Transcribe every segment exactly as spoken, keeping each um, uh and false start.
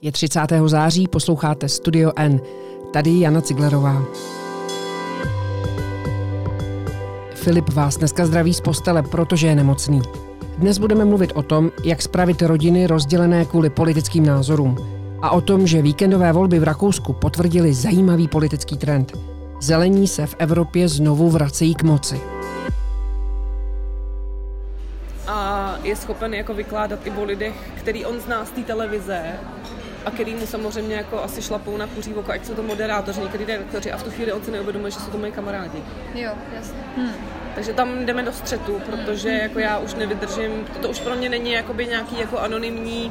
Je třicátého září, posloucháte Studio N. Tady Jana Ciglerová. Filip vás dneska zdraví z postele, protože je nemocný. Dnes budeme mluvit o tom, jak spravit rodiny rozdělené kvůli politickým názorům. A o tom, že víkendové volby v Rakousku potvrdily zajímavý politický trend. Zelení se v Evropě znovu vracejí k moci. A je schopen jako vykládat i o lidech, který on zná z té televize a který mu samozřejmě jako asi šlapou na kuří oko, ať jsou to moderátoři, některý redaktoři, a v tu chvíli on si neuvědomuje, že jsou to moji kamarádi. Jo, jasně. Hmm. Takže tam jdeme do střetu, protože jako já už nevydržím, to už pro mě není jakoby nějaký jako anonymní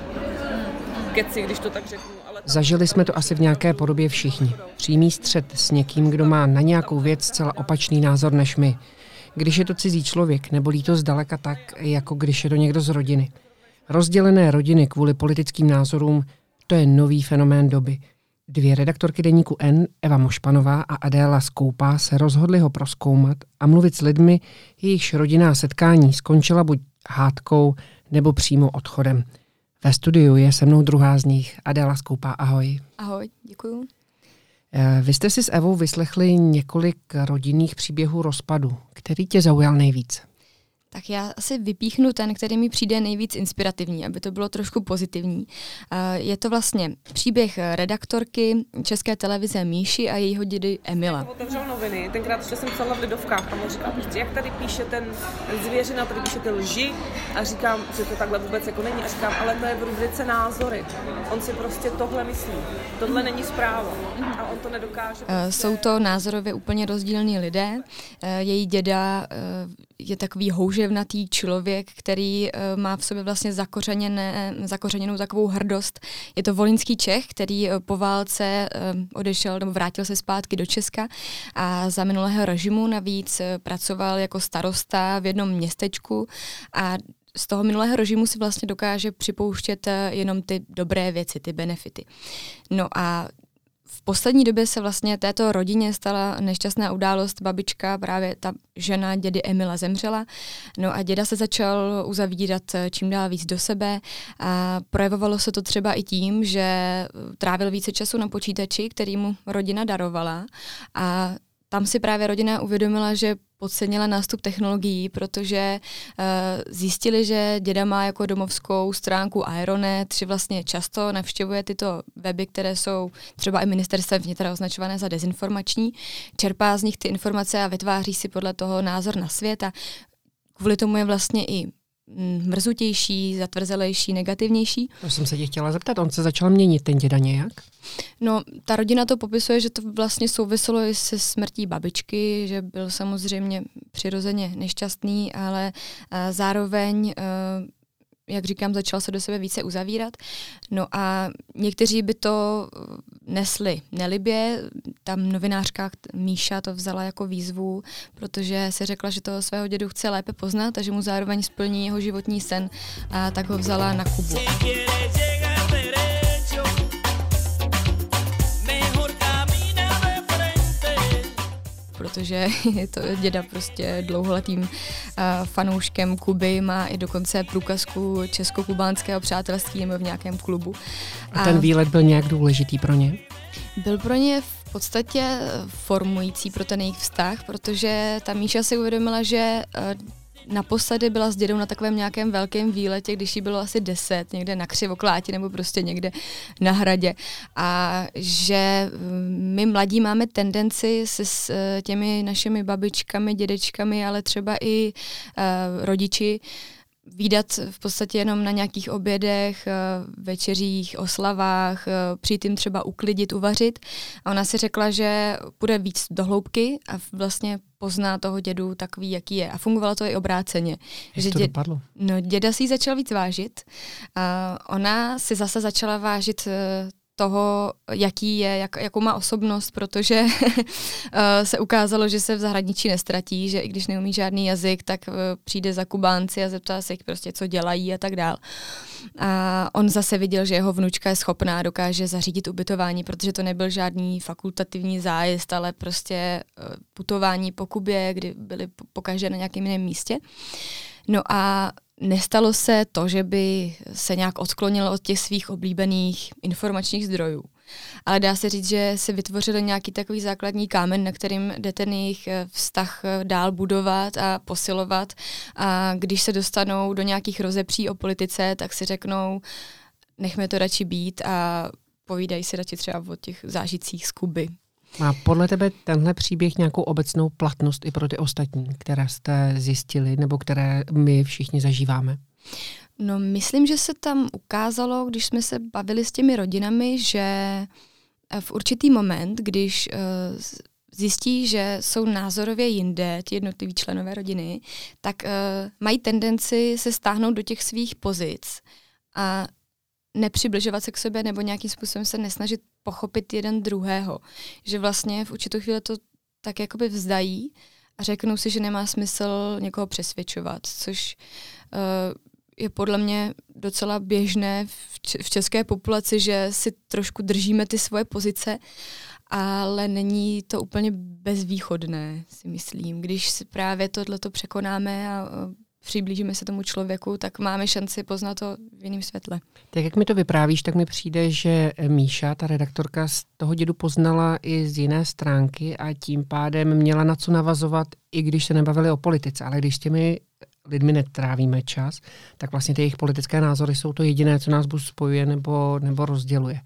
keci, když to tak řeknu. Ale tam... Zažili jsme to asi v nějaké podobě všichni. Přímý střet s někým, kdo má na nějakou věc zcela opačný názor než my. Když je to cizí člověk, nebolí to zdaleka tak, jako když je to někdo z rodiny. Rozdělené rodiny kvůli politickým názorům, to je nový fenomén doby. Dvě redaktorky deníku N, Eva Mošpanová a Adéla Skoupá, se rozhodly ho prozkoumat a mluvit s lidmi, jejichž rodinná setkání skončila buď hádkou nebo přímo odchodem. Ve studiu je se mnou druhá z nich, Adéla Skoupá, ahoj. Ahoj, děkuju. Vy jste si s Evou vyslechli několik rodinných příběhů rozpadu. Který tě zaujal nejvíc? Tak já asi vypíchnu ten, který mi přijde nejvíc inspirativní, aby to bylo trošku pozitivní. Je to vlastně příběh redaktorky České televize Míši a jejího dědy Emila. Já jsem otevřel noviny, tenkrát ještě jsem psala v Lidovkách a on říkal, prostě, jak tady píše ten Zvěřina, tady píše ty lži, a říkám, že to takhle vůbec jako není, a říkám, ale to je v rubrice názory. On si prostě tohle myslí. Tohle není zpráva a on to nedokáže. Prostě... Jsou to názorově úplně rozdílní lidé. Její děda je takový houževnatý člověk, který uh, má v sobě vlastně zakořeněné, zakořeněnou takovou hrdost. Je to volyňský Čech, který uh, po válce uh, odešel nebo vrátil se zpátky do Česka a za minulého režimu navíc uh, pracoval jako starosta v jednom městečku a z toho minulého režimu si vlastně dokáže připouštět uh, jenom ty dobré věci, ty benefity. No a v poslední době se vlastně této rodině stala nešťastná událost. Babička, právě ta žena dědy Emila, zemřela. No a děda se začal uzavírat čím dál víc do sebe. A projevovalo se to třeba i tím, že trávil více času na počítači, který mu rodina darovala. A tam si právě rodina uvědomila, že podcenila nástup technologií, protože uh, zjistili, že děda má jako domovskou stránku Aeronet, že vlastně často navštěvuje tyto weby, které jsou třeba i ministerstvem vnitra označované za dezinformační, čerpá z nich ty informace a vytváří si podle toho názor na svět a kvůli tomu je vlastně i mrzutější, zatvrzelejší, negativnější. To jsem se tě chtěla zeptat, on se začal měnit, ten děda nějak? No, ta rodina to popisuje, že to vlastně souviselo i se smrtí babičky, že byl samozřejmě přirozeně nešťastný, ale zároveň, jak říkám, začal se do sebe více uzavírat. No a někteří by to nesli nelibě. Tam novinářka Míša to vzala jako výzvu, protože si řekla, že toho svého dědu chce lépe poznat a že mu zároveň splní jeho životní sen, a tak ho vzala na Kubu. Protože je to děda prostě dlouholetým uh, fanouškem Kuby, má i dokonce průkazku česko-kubánského přátelství nebo v nějakém klubu. A, a ten výlet byl nějak důležitý pro ně? Byl pro ně v podstatě formující pro ten jejich vztah, protože ta Míša si uvědomila, že uh, naposledy byla s dědou na takovém nějakém velkém výletě, když jí bylo asi deset, někde na Křivokláti nebo prostě někde na hradě. A že my mladí máme tendenci se s těmi našimi babičkami, dědečkami, ale třeba i uh, rodiči vídat v podstatě jenom na nějakých obědech, večeřích, oslavách, přijít jim třeba uklidit, uvařit. A ona si řekla, že půjde víc do hloubky a vlastně pozná toho dědu takový, jaký je. A fungovalo to i obráceně. Jak že to dě... dopadlo? No, děda si ji začal víc vážit. A ona si zase začala vážit toho, jaký je, jak, jakou má osobnost, protože se ukázalo, že se v zahraničí nestratí, že i když neumí žádný jazyk, tak přijde za Kubánci a zeptá se jich prostě, co dělají a tak dál. A on zase viděl, že jeho vnučka je schopná, dokáže zařídit ubytování, protože to nebyl žádný fakultativní zájezd, ale prostě putování po Kubě, kdy byli pokaždé na nějakém jiném místě. No a nestalo se to, že by se nějak odklonilo od těch svých oblíbených informačních zdrojů. Ale dá se říct, že se vytvořil nějaký takový základní kámen, na kterým jde ten jejich vztah dál budovat a posilovat. A když se dostanou do nějakých rozepří o politice, tak si řeknou, nechme to radši být a povídají si radši třeba o těch zážitcích z Kuby. Má podle tebe tenhle příběh nějakou obecnou platnost i pro ty ostatní, které jste zjistili nebo které my všichni zažíváme? No, myslím, že se tam ukázalo, když jsme se bavili s těmi rodinami, že v určitý moment, když uh, zjistí, že jsou názorově jinde ti jednotliví členové rodiny, tak uh, mají tendenci se stáhnout do těch svých pozic a nepřibližovat se k sobě nebo nějakým způsobem se nesnažit pochopit jeden druhého. Že vlastně v určitou chvíli to tak jakoby vzdají a řeknou si, že nemá smysl někoho přesvědčovat, což uh, je podle mě docela běžné v české populaci, že si trošku držíme ty svoje pozice, ale není to úplně bezvýchodné, si myslím. Když si právě tohleto překonáme a přiblížíme se tomu člověku, tak máme šanci poznat to v jiném světle. Tak jak mi to vyprávíš, tak mi přijde, že Míša, ta redaktorka, z toho dědu poznala i z jiné stránky a tím pádem měla na co navazovat, i když se nebavili o politice, ale když s těmi lidmi netrávíme čas, tak vlastně ty jejich politické názory jsou to jediné, co nás buď spojuje nebo, nebo rozděluje.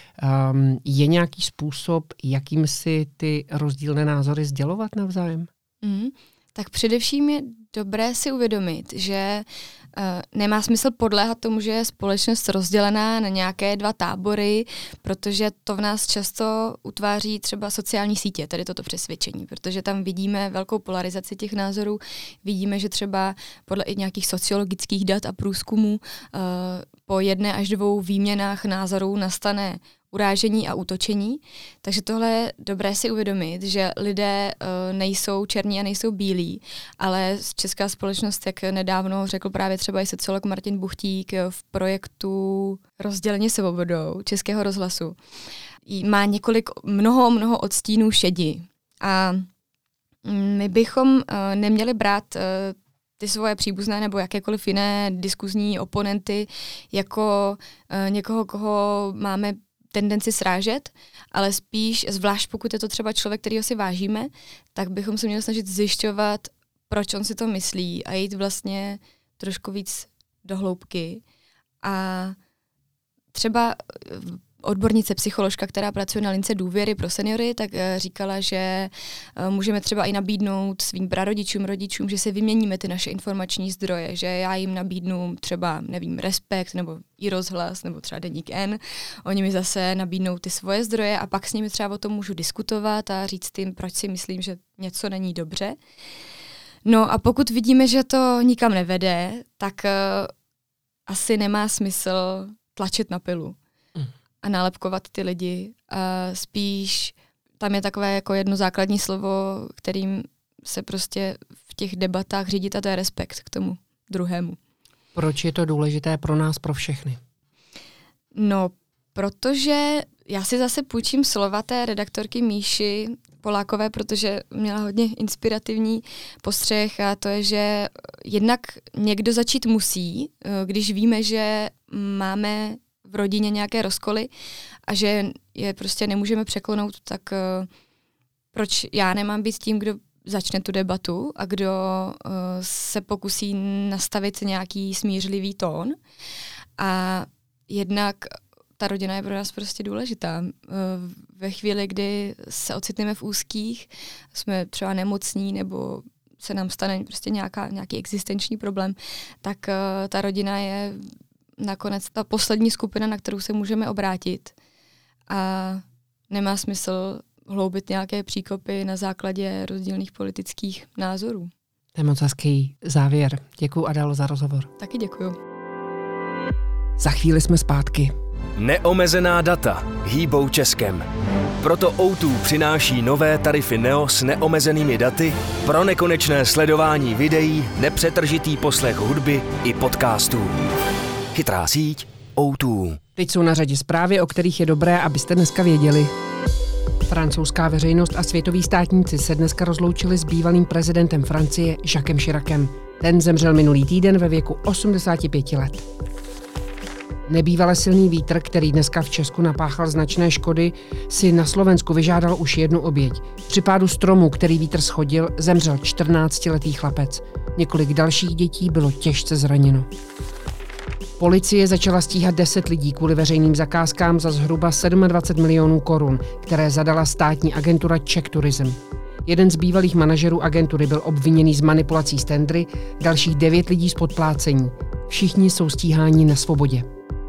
Um, je nějaký způsob, jakým si ty rozdílné názory sdělovat navzájem? Mm, tak především je dobré si uvědomit, že uh, nemá smysl podléhat tomu, že je společnost rozdělená na nějaké dva tábory, protože to v nás často utváří třeba sociální sítě, tedy toto přesvědčení, protože tam vidíme velkou polarizaci těch názorů, vidíme, že třeba podle i nějakých sociologických dat a průzkumů uh, po jedné až dvou výměnách názorů nastane urážení a útočení. Takže tohle je dobré si uvědomit, že lidé uh, nejsou černí a nejsou bílí, ale česká společnost, jak nedávno řekl právě třeba i sociolog Martin Buchtík v projektu Rozdělení svobodou Českého rozhlasu, má několik, mnoho, mnoho odstínů šedi. A my bychom uh, neměli brát uh, ty svoje příbuzné nebo jakékoliv jiné diskuzní oponenty jako uh, někoho, koho máme tendenci srážet, ale spíš, zvlášť pokud je to třeba člověk, kterýho si vážíme, tak bychom se měli snažit zjišťovat, proč on si to myslí a jít vlastně trošku víc do hloubky. A třeba odbornice, psycholožka, která pracuje na lince důvěry pro seniory, tak říkala, že můžeme třeba i nabídnout svým prarodičům, rodičům, že se vyměníme ty naše informační zdroje, že já jim nabídnu třeba, nevím, Respekt nebo i Rozhlas nebo třeba Deník N, oni mi zase nabídnou ty svoje zdroje a pak s nimi třeba o tom můžu diskutovat a říct jim, proč si myslím, že něco není dobře. No a pokud vidíme, že to nikam nevede, tak uh, asi nemá smysl tlačit na pilu a nálepkovat ty lidi. A spíš tam je takové jako jedno základní slovo, kterým se prostě v těch debatách řídit, a to je respekt k tomu druhému. Proč je to důležité pro nás, pro všechny? No, protože já si zase půjčím slova té redaktorky Míši Polákové, protože měla hodně inspirativní postřeh a to je, že jednak někdo začít musí, když víme, že máme v rodině nějaké rozkoly a že je prostě nemůžeme překlonout, tak uh, proč já nemám být tím, kdo začne tu debatu a kdo uh, se pokusí nastavit nějaký smířlivý tón. A jednak ta rodina je pro nás prostě důležitá. Uh, ve chvíli, kdy se ocitneme v úzkých, jsme třeba nemocní nebo se nám stane prostě nějaká, nějaký existenční problém, tak uh, ta rodina je nakonec ta poslední skupina, na kterou se můžeme obrátit. A nemá smysl hloubit nějaké příkopy na základě rozdílných politických názorů. To je moc hezký závěr. Děkuju, Adélo, za rozhovor. Taky děkuju. Za chvíli jsme zpátky. Neomezená data hýbou Českem. Proto ó dva přináší nové tarify Neo s neomezenými daty pro nekonečné sledování videí, nepřetržitý poslech hudby i podcastů. Chytrá síť ó dva. Teď jsou na řadě zprávy, o kterých je dobré, abyste dneska věděli. Francouzská veřejnost a světoví státníci se dneska rozloučili s bývalým prezidentem Francie Jacquesem Chiracem. Ten zemřel minulý týden ve věku osmdesáti pěti let. Nebývale silný vítr, který dneska v Česku napáchal značné škody, si na Slovensku vyžádal už jednu oběť. Při pádu stromu, který vítr shodil, zemřel čtrnáctiletý chlapec. Několik dalších dětí bylo těžce zraněno. Policie začala stíhat deset lidí kvůli veřejným zakázkám za zhruba dvacet sedm milionů korun, které zadala státní agentura Czech Tourism. Jeden z bývalých manažerů agentury byl obviněný z manipulací s tendry, dalších devět lidí z podplácení. Všichni jsou stíháni na svobodě.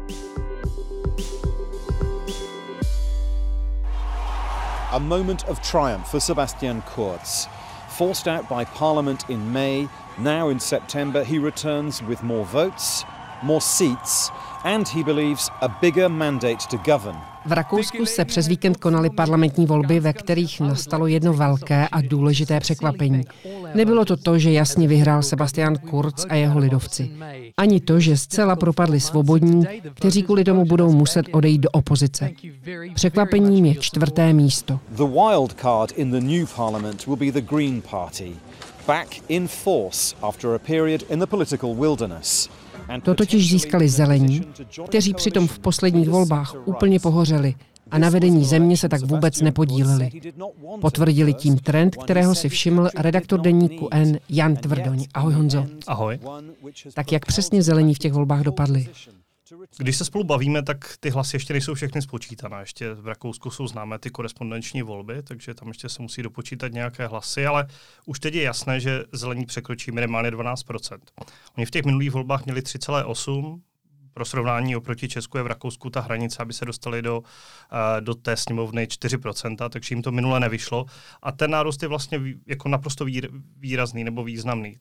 A moment of triumph for Sebastian Kurz. Forced out by Parliament in May, now in September he returns with more votes, more seats, and he believes a bigger mandate to govern. V Rakousku se přes víkend konaly parlamentní volby, ve kterých nastalo jedno velké a důležité překvapení. Nebylo to to, že jasně vyhrál Sebastian Kurz a jeho lidovci. Ani to, že zcela propadli svobodní, kteří kvůli tomu budou muset odejít do opozice. Překvapením je čtvrté místo. The wild card in the new parliament will be the Green Party, back in force after a period in the political wilderness. To totiž získali zelení, kteří přitom v posledních volbách úplně pohořeli a na vedení země se tak vůbec nepodíleli. Potvrdili tím trend, kterého si všiml redaktor deníku N Jan Tvrdoň. Ahoj Honzo. Ahoj. Tak jak přesně zelení v těch volbách dopadli? Když se spolu bavíme, tak ty hlasy ještě nejsou všechny spočítané. Ještě v Rakousku jsou známé ty korespondenční volby, takže tam ještě se musí dopočítat nějaké hlasy, ale už teď je jasné, že zelení překročí minimálně dvanáct procent. Oni v těch minulých volbách měli tři celá osm. Pro srovnání oproti Česku je v Rakousku ta hranice, aby se dostali do, do té sněmovny čtyři procenta, takže jim to minule nevyšlo. A ten nárůst je vlastně jako naprosto výrazný nebo významný.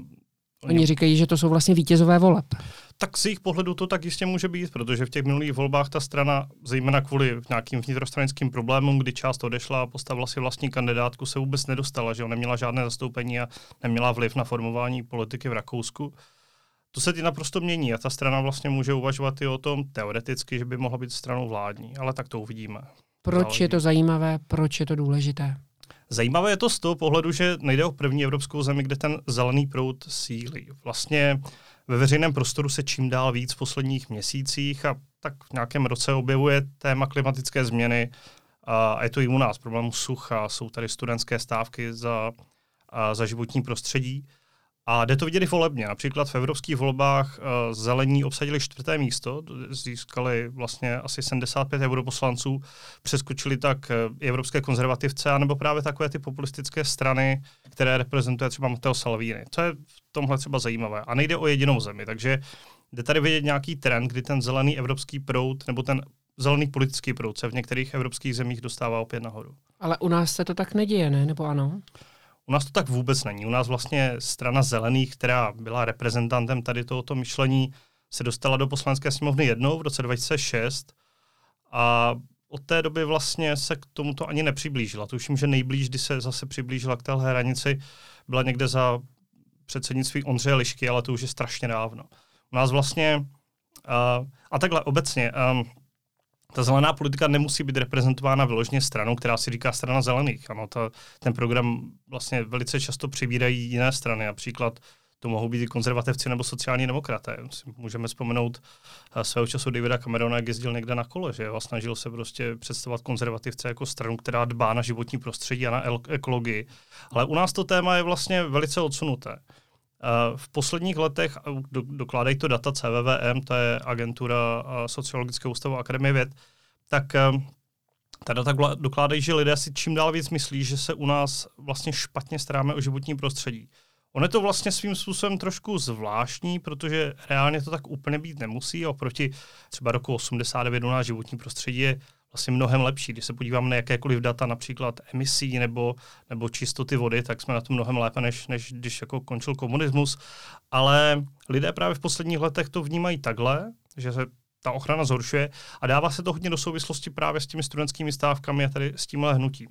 Oni říkají, že to jsou vlastně vítězové voleb. Tak z jejich pohledu to tak jistě může být, protože v těch minulých volbách ta strana, zejména kvůli nějakým vnitrostranickým problémům, kdy část odešla a postavila si vlastní kandidátku, se vůbec nedostala, že neměla žádné zastoupení a neměla vliv na formování politiky v Rakousku. To se ty naprosto mění a ta strana vlastně může uvažovat i o tom teoreticky, že by mohla být stranou vládní, ale tak to uvidíme. Proč Záleží. je to zajímavé, proč je to důležité? Zajímavé je to z toho pohledu, že nejde o první evropskou zemi, kde ten zelený proud sílí. Vlastně ve veřejném prostoru se čím dál víc v posledních měsících a tak v nějakém roce objevuje téma klimatické změny a je to i u nás, problému sucha, jsou tady studentské stávky za, za životní prostředí. A jde to vidět i volebně. Například v evropských volbách uh, zelení obsadili čtvrté místo, získali vlastně asi sedmdesát pět europoslanců, přeskočili tak uh, i evropské konzervativce, anebo právě takové ty populistické strany, které reprezentuje třeba Matteo Salvini. To je v tomhle třeba zajímavé. A nejde o jedinou zemi, takže jde tady vidět nějaký trend, kdy ten zelený evropský proud, nebo ten zelený politický proud se v některých evropských zemích dostává opět nahoru. Ale u nás se to tak neděje, ne? Nebo ano? U nás to tak vůbec není. U nás vlastně strana zelených, která byla reprezentantem tady tohoto myšlení, se dostala do poslanecké sněmovny jednou v roce dva tisíce šest a od té doby vlastně se k tomuto ani nepřiblížila. Tuším, že nejblíž, kdy se zase přiblížila k téhle hranici, byla někde za předsednictví Ondřeje Lišky, ale to už je strašně dávno. U nás vlastně, uh, a takhle obecně, um, ta zelená politika nemusí být reprezentována vyloženě stranou, která si říká strana zelených. Ano, ta, ten program vlastně velice často přibírají jiné strany, například to mohou být i konzervativci nebo sociální demokraté. Můžeme vzpomenout svého času Davida Camerona, jak jezdil někde na kole, že a snažil se prostě představovat konzervativce jako stranu, která dbá na životní prostředí a na ekologii. Ale u nás to téma je vlastně velice odsunuté. V posledních letech, dokládají to data C V V M, to je agentura Sociologického ústavu Akademie věd, tak ta data dokládají, že lidé si čím dál víc myslí, že se u nás vlastně špatně staráme o životní prostředí. On je to vlastně svým způsobem trošku zvláštní, protože reálně to tak úplně být nemusí. Oproti třeba roku osmdesát devět u nás životní prostředí je vlastně mnohem lepší. Když se podívám na jakékoliv data, například emisí nebo, nebo čistoty vody, tak jsme na tom mnohem lépe, než, než když jako končil komunismus. Ale lidé právě v posledních letech to vnímají takhle, že se ta ochrana zhoršuje a dává se to hodně do souvislosti právě s těmi studentskými stávkami a tady s tímhle hnutím.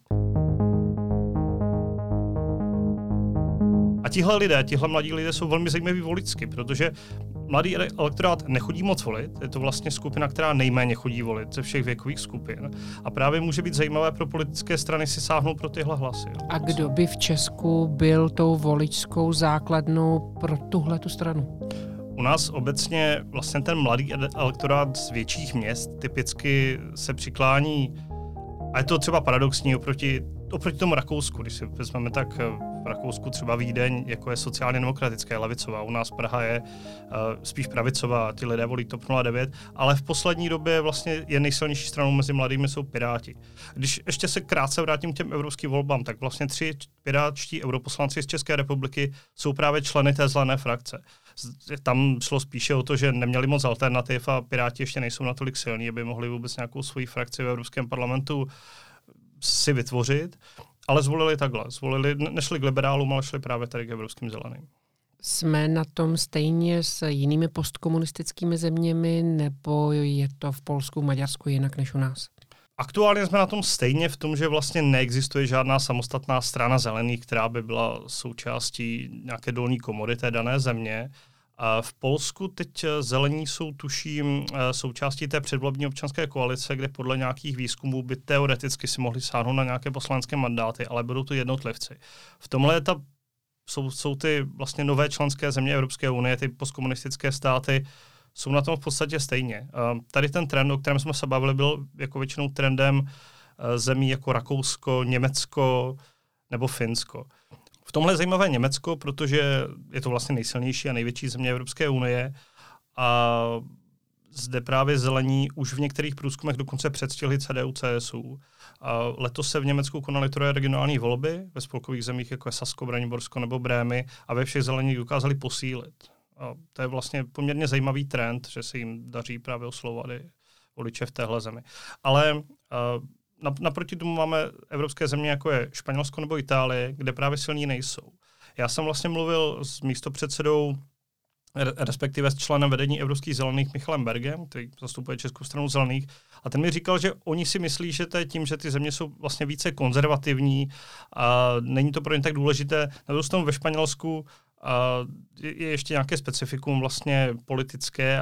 A tihle lidé, tihle mladí lidé jsou velmi zajímaví voličsky, protože mladý elektorát nechodí moc volit, je to vlastně skupina, která nejméně chodí volit ze všech věkových skupin. A právě může být zajímavé pro politické strany si sáhnout pro tyhle hlasy. A kdo by v Česku byl tou voličskou základnou pro tuhletu stranu? U nás obecně vlastně ten mladý elektorát z větších měst typicky se přiklání, a je to třeba paradoxní oproti, oproti tomu Rakousku, když si vezmeme, tak v Rakousku třeba Vídeň jako je sociálně demokratická, je levicová, u nás Praha je uh, spíš pravicová, ty lidé volí TOP nula devět, ale v poslední době vlastně je nejsilnější stranou mezi mladými jsou Piráti. Když ještě se krátce vrátím k těm evropským volbám, tak vlastně tři pirátští europoslanci z České republiky jsou právě členy té zelené frakce. Tam šlo spíše o to, že neměli moc alternativ a Piráti ještě nejsou natolik silní, aby mohli vůbec nějakou svoji frakci v Evropském parlamentu si vytvořit, ale zvolili takhle. Zvolili, nešli k liberálům, ale šli právě tady k evropským zeleným. Jsme na tom stejně s jinými postkomunistickými zeměmi, nebo je to v Polsku, Maďarsku jinak než u nás? Aktuálně jsme na tom stejně v tom, že vlastně neexistuje žádná samostatná strana zelených, která by byla součástí nějaké dolní komory té dané země. A v Polsku teď zelení jsou, tuším, součástí té předvolební občanské koalice, kde podle nějakých výzkumů by teoreticky si mohli sáhnout na nějaké poslanecké mandáty, ale budou to jednotlivci. V tomhle je ta, jsou, jsou ty vlastně nové členské země Evropské unie, ty postkomunistické státy, jsou na tom v podstatě stejně. Tady ten trend, o kterém jsme se bavili, byl jako většinou trendem zemí jako Rakousko, Německo nebo Finsko. V tomhle je zajímavé Německo, protože je to vlastně nejsilnější a největší země Evropské unie a zde právě zelení už v některých průzkumech dokonce předstihli C D U, C S U. A letos se v Německu konaly troje regionální volby ve spolkových zemích, jako je Sasko, Braniborsko nebo Brémy, a ve všech zelených dokázali posílit. A to je vlastně poměrně zajímavý trend, že se jim daří právě oslovovat i voliče v téhle zemi. Ale uh, naproti tomu máme evropské země, jako je Španělsko nebo Itálie, kde právě silní nejsou. Já jsem vlastně mluvil s místopředsedou, respektive s členem vedení Evropských zelených Michalem Bergem, který zastupuje Českou stranu zelených, a ten mi říkal, že oni si myslí, že to je tím, že ty země jsou vlastně více konzervativní a není to pro ně tak důležité. Na druhou stranu ve Španělsku a je ještě nějaké specifikum vlastně politické a,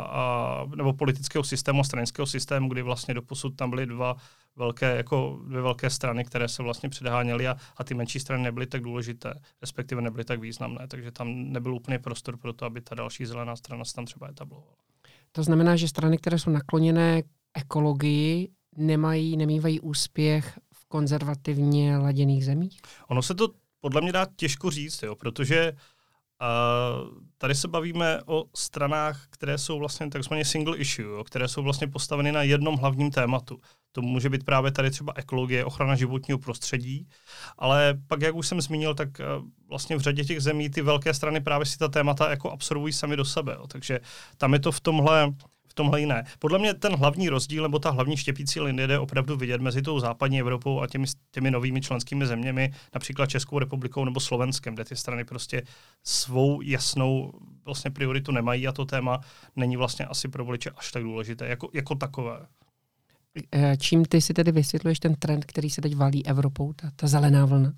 a nebo politického systému a stranického systému, kdy vlastně doposud tam byly dva velké, jako dvě velké strany, které se vlastně předháněly a, a ty menší strany nebyly tak důležité, respektive nebyly tak významné, takže tam nebyl úplně prostor pro to, aby ta další zelená strana se tam třeba etablovala. To znamená, že strany, které jsou nakloněné ekologii, nemají, nemývají úspěch v konzervativně laděných zemích? Ono se to podle mě dá těžko říct, jo, protože uh, tady se bavíme o stranách, které jsou vlastně takzvaně single issue, jo, které jsou vlastně postaveny na jednom hlavním tématu. To může být právě tady třeba ekologie, ochrana životního prostředí, ale pak, jak už jsem zmínil, tak uh, vlastně v řadě těch zemí ty velké strany právě si ta témata jako absorbují sami do sebe, jo, takže tam je to v tomhle tomhle jiné. Podle mě ten hlavní rozdíl, nebo ta hlavní štěpící linie jde opravdu vidět mezi tou západní Evropou a těmi, těmi novými členskými zeměmi, například Českou republikou nebo Slovenskem, kde ty strany prostě svou jasnou vlastně prioritu nemají a to téma není vlastně asi pro voliče až tak důležité, jako, jako takové. Čím ty si tedy vysvětluješ ten trend, který se teď valí Evropou, ta, ta zelená vlna?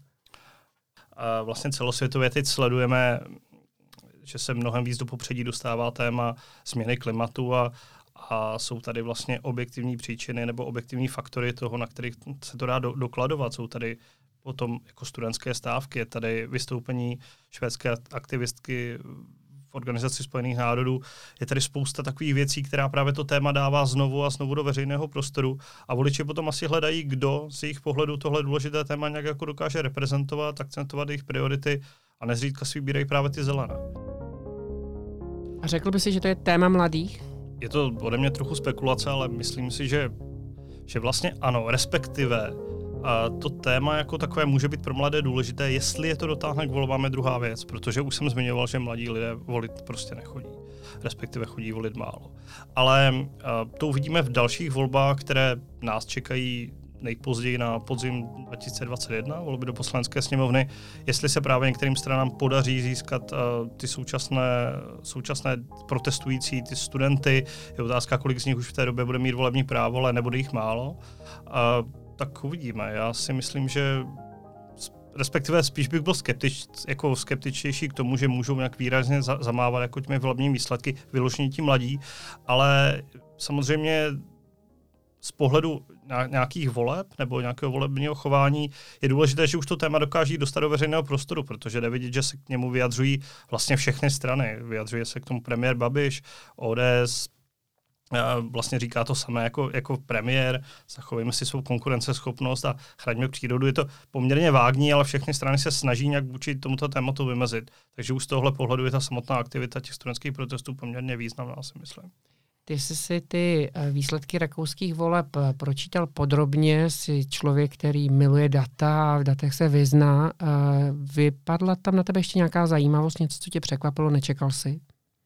A vlastně celosvětově teď sledujeme, že se mnohem víc do popředí dostává téma změny klimatu a, a jsou tady vlastně objektivní příčiny nebo objektivní faktory toho, na kterých se to dá do, dokladovat. Jsou tady potom jako studentské stávky, je tady vystoupení švédské aktivistky v Organizaci spojených národů. Je tady spousta takových věcí, která právě to téma dává znovu a znovu do veřejného prostoru a voliči potom asi hledají, kdo z jejich pohledu tohle důležité téma nějak jako dokáže reprezentovat, akcentovat jejich priority a nezřídka si vybírají právě ty zelené. A řekl by si, že to je téma mladých? Je to ode mě trochu spekulace, ale myslím si, že, že vlastně ano, respektive a to téma jako takové může být pro mladé důležité, jestli je to dotáhne k volbám je druhá věc, protože už jsem zmiňoval, že mladí lidé volit prostě nechodí, respektive chodí volit málo. Ale to uvidíme v dalších volbách, které nás čekají nejpozději na podzim dva tisíce dvacet jedna, volby do Poslanecké sněmovny, jestli se právě některým stranám podaří získat uh, ty současné, současné protestující, ty studenty. Je otázka, kolik z nich už v té době bude mít volební právo, ale nebude jich málo. Uh, tak uvidíme. Já si myslím, že respektive spíš bych byl skeptič, jako skeptičtější k tomu, že můžou nějak výrazně za, zamávat jako těmi volebními výsledky, vyložení ti mladí, ale samozřejmě z pohledu nějakých voleb nebo nějakého volebního chování je důležité, že už to téma dokáží dostat do veřejného prostoru, protože jde vidět, že se k němu vyjadřují vlastně všechny strany. Vyjadřuje se k tomu premiér Babiš, O D S, vlastně říká to samé jako, jako premiér, zachovejme si svou konkurenceschopnost a chraňme přírodu. Je to poměrně vágní, ale všechny strany se snaží nějak vůči tomuto tématu vymezit. Takže už z tohle pohledu je ta samotná aktivita těch studentských protestů poměrně významná, si myslím. Ty jsi si ty výsledky rakouských voleb pročítal podrobně, jsi člověk, který miluje data a v datech se vyzná. Vypadla tam na tebe ještě nějaká zajímavost, něco, co tě překvapilo, nečekal jsi?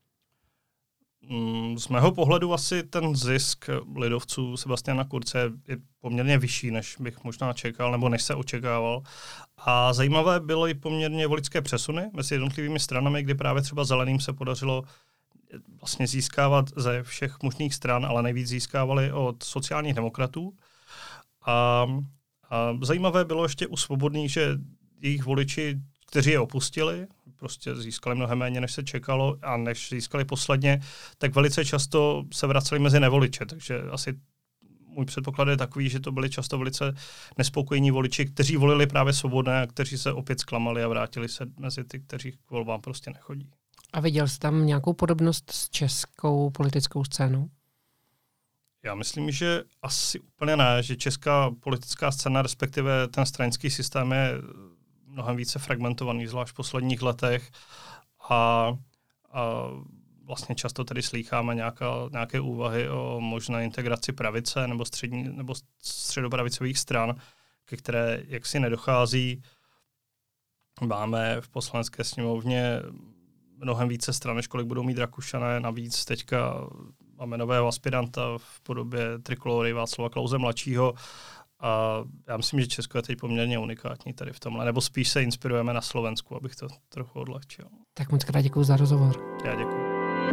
Z mého pohledu asi ten zisk lidovců Sebastiana Kurze je poměrně vyšší, než bych možná čekal, nebo než se očekával. A zajímavé bylo i poměrně voličské přesuny mezi jednotlivými stranami, kdy právě třeba zeleným se podařilo vlastně získávat ze všech možných stran, ale nejvíc získávali od sociálních demokratů. A, a zajímavé bylo ještě u svobodných, že jejich voliči, kteří je opustili, prostě získali mnohem méně, než se čekalo a než získali posledně, tak velice často se vraceli mezi nevoliče. Takže asi můj předpoklad je takový, že to byli často velice nespokojení voliči, kteří volili právě svobodné a kteří se opět zklamali a vrátili se mezi ty, kteří k volbám prostě nechodí. A viděl jsi tam nějakou podobnost s českou politickou scénou? Já myslím, že asi úplně ne, že česká politická scéna, respektive ten stranický systém je mnohem více fragmentovaný, zvlášť v posledních letech a, a vlastně často tady slýcháme nějaká, nějaké úvahy o možné integraci pravice nebo, střední, nebo středopravicových stran, ke které jaksi nedochází. Máme v Poslanecké sněmovně mnohem více stran, než kolik budou mít Rakušané. Navíc teďka máme nového aspiranta v podobě Trikolory Václava Klause mladšího. A já myslím, že Česko je teď poměrně unikátní tady v tomhle. Nebo spíš se inspirujeme na Slovensku, abych to trochu odlehčil. Tak moc krát děkuju za rozhovor. Já děkuju.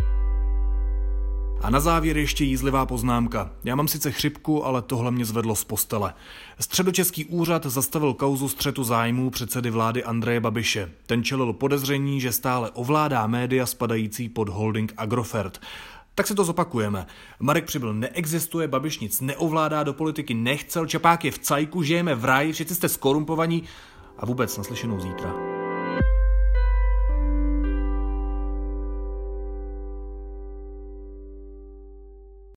A na závěr ještě jízlivá poznámka. Já mám sice chřipku, ale tohle mě zvedlo z postele. Středočeský úřad zastavil kauzu střetu zájmů předsedy vlády Andreje Babiše. Ten čelil podezření, že stále ovládá média spadající pod holding Agrofert. Tak si to zopakujeme. Marek Přibyl neexistuje, Babiš nic neovládá, do politiky nechcel, Čapák je v cajku, žijeme v ráji, všichni jste skorumpovaní a vůbec naslyšenou zítra.